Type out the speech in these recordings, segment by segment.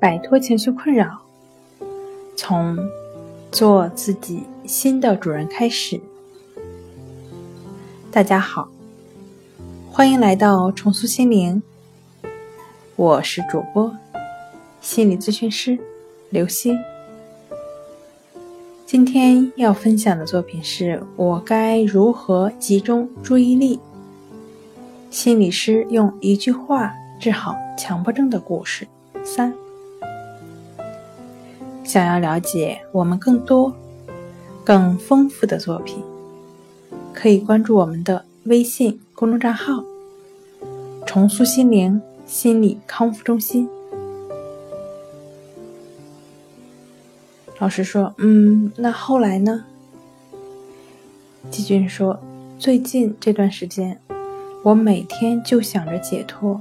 摆脱情绪困扰，从做自己新的主人开始。大家好，欢迎来到重塑心灵，我是主播心理咨询师刘星。今天要分享的作品是我该如何集中注意力，心理师用一句话治好强迫症的故事3。想要了解我们更多更丰富的作品，可以关注我们的微信公众账号重塑心灵心理康复中心。老师说那后来呢？季军说，最近这段时间我每天就想着解脱，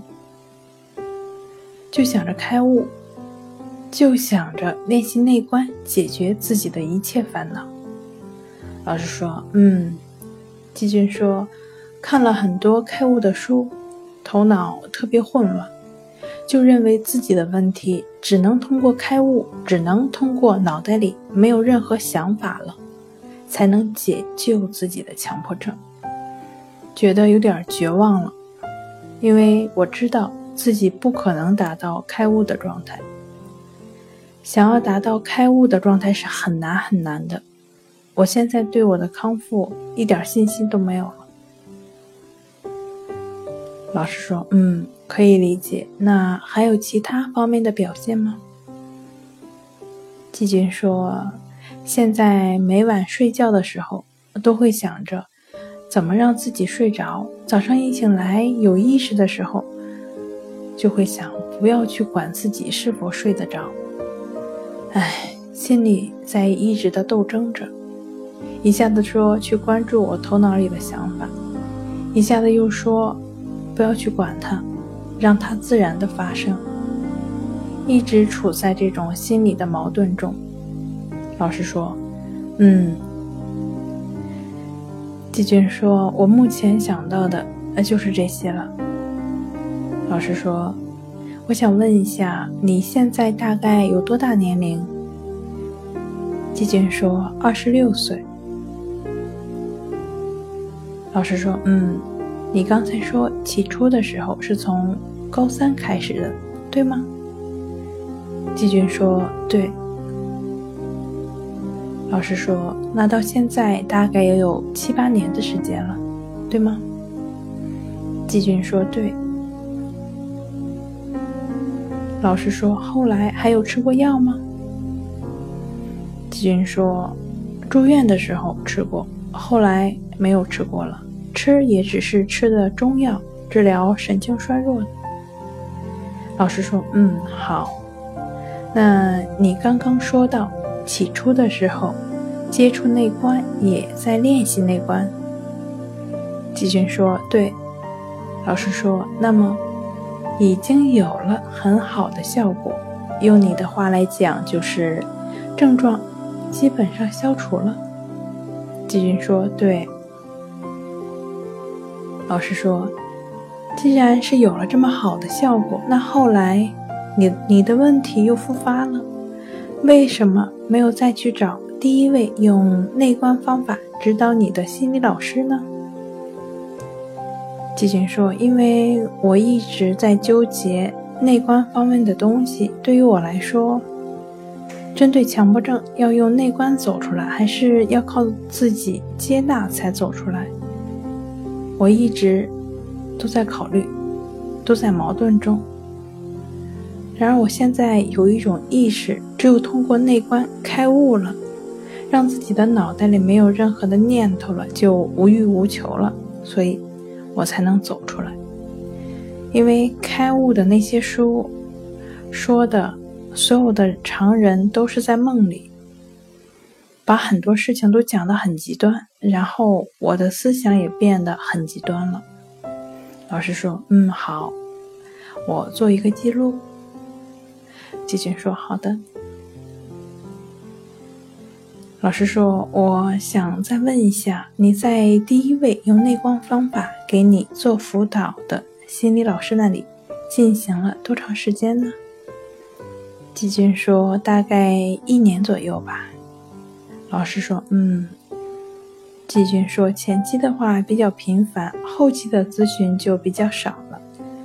就想着开悟，就想着练习内观，解决自己的一切烦恼。老师说季军说，看了很多开悟的书，头脑特别混乱，就认为自己的问题只能通过开悟，只能通过脑袋里没有任何想法了，才能解救自己的强迫症，觉得有点绝望了，因为我知道自己不可能达到开悟的状态，想要达到开悟的状态是很难很难的，我现在对我的康复一点信心都没有了。老师说可以理解，那还有其他方面的表现吗？季军说，现在每晚睡觉的时候都会想着怎么让自己睡着，早上一醒来有意识的时候就会想不要去管自己是否睡得着，心里在一直的斗争着，一下子说去关注我头脑里的想法，一下子又说不要去管它，让它自然的发生，一直处在这种心理的矛盾中。老师说季军说，我目前想到的就是这些了。老师说，我想问一下，你现在大概有多大年龄？季军说26岁。老师说你刚才说起初的时候是从高3开始的，对吗？季军说对。老师说，那到现在大概也有7、8年的时间了，对吗？季军说对。老师说，后来还有吃过药吗？季军说，住院的时候吃过，后来没有吃过了，吃也只是吃的中药，治疗神经衰弱的。老师说好。那你刚刚说到起初的时候接触内观，也在练习内观。季军说对。老师说，那么已经有了很好的效果，用你的话来讲就是症状基本上消除了。季军说对。老师说，既然是有了这么好的效果，那后来你的问题又复发了，为什么没有再去找第一位用内观方法指导你的心理老师呢？季军说，因为我一直在纠结内观方面的东西，对于我来说，针对强迫症要用内观走出来，还是要靠自己接纳才走出来，我一直都在考虑，都在矛盾中。然而我现在有一种意识，只有通过内观开悟了，让自己的脑袋里没有任何的念头了，就无欲无求了，所以我才能走出来。因为开悟的那些书说的所有的常人都是在梦里，把很多事情都讲得很极端，然后我的思想也变得很极端了。老师说好，我做一个记录。季军说好的。老师说，我想再问一下，你在第一位用内观方法给你做辅导的心理老师那里进行了多长时间呢？季季军说大概1年左右吧。老师说季军说前期的话比较频繁，后期的咨询就比较少了。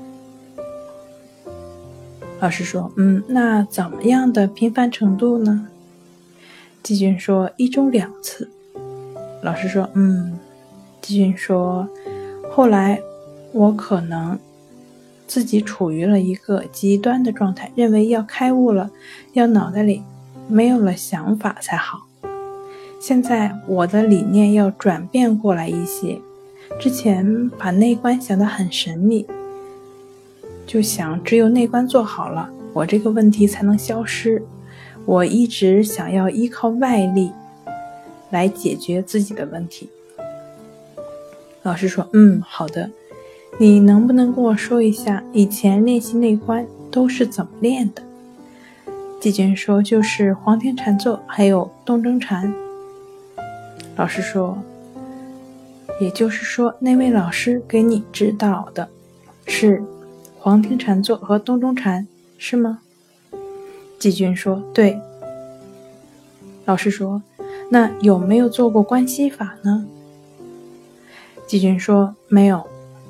老师说那怎么样的频繁程度呢？季军说1周2次。老师说季军说后来我可能自己处于了一个极端的状态，认为要开悟了，要脑袋里没有了想法才好。现在我的理念要转变过来一些，之前把内观想得很神秘，就想只有内观做好了，我这个问题才能消失。我一直想要依靠外力来解决自己的问题。老师说好的，你能不能跟我说一下以前练习内观都是怎么练的？季军说就是黄庭禅坐还有东征禅。老师说也就是说那位老师给你指导的是黄庭禅坐和东征禅是吗？季军说对。老师说那有没有做过观息法呢？季军说没有。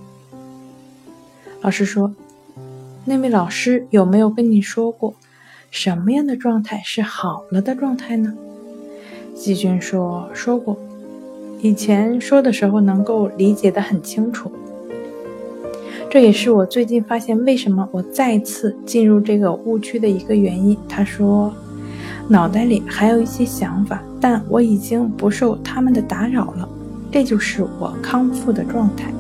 老师说那位老师有没有跟你说过什么样的状态是好了的状态呢？季军说过，以前说的时候能够理解得很清楚。这也是我最近发现为什么我再次进入这个误区的一个原因。他说脑袋里还有一些想法，但我已经不受他们的打扰了，这就是我康复的状态。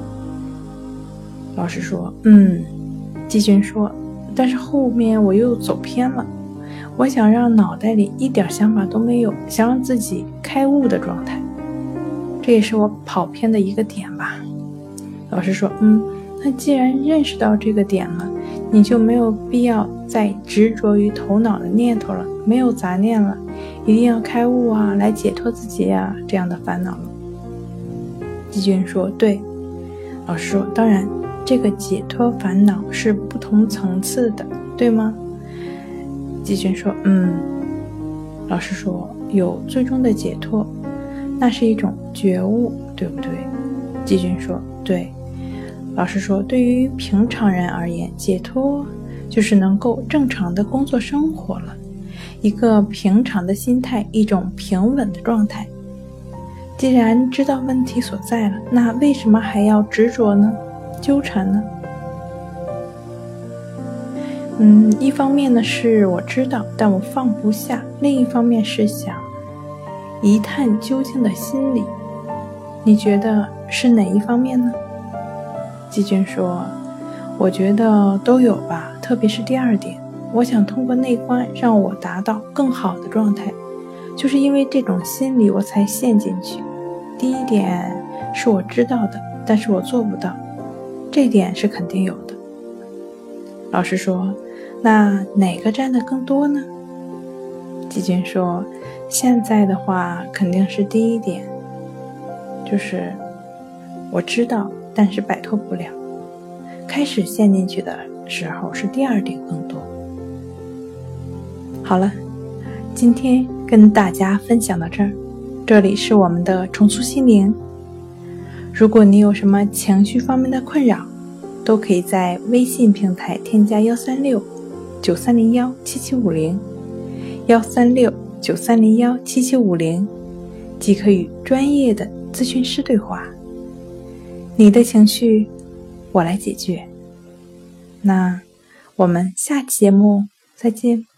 老师说季军说但是后面我又走偏了，我想让脑袋里一点想法都没有，想让自己开悟的状态，这也是我跑偏的一个点吧。老师说那既然认识到这个点了，你就没有必要再执着于头脑的念头了，没有杂念了，一定要开悟啊，来解脱自己啊，这样的烦恼了。季军说对。老师说当然这个解脱烦恼是不同层次的，对吗？季军说老师说有最终的解脱，那是一种觉悟，对不对？季军说对。老师说对于平常人而言，解脱就是能够正常的工作生活了，一个平常的心态，一种平稳的状态。既然知道问题所在了，那为什么还要执着呢？纠缠呢？一方面呢是我知道，但我放不下，另一方面是想一探究竟的心理。你觉得是哪一方面呢？季军说我觉得都有吧，特别是第二点，我想通过内观让我达到更好的状态，就是因为这种心理我才陷进去。第一点是我知道的，但是我做不到，这点是肯定有的。老师说那哪个占的更多呢？季军说现在的话肯定是第一点，就是我知道但是摆脱不了，开始陷进去的时候是第二点更多。好了，今天跟大家分享到这儿，这里是我们的重塑心灵。如果你有什么情绪方面的困扰，都可以在微信平台添加136-9301-7750，136-9301-7750，即可与专业的咨询师对话。你的情绪我来解决。那我们下期节目再见。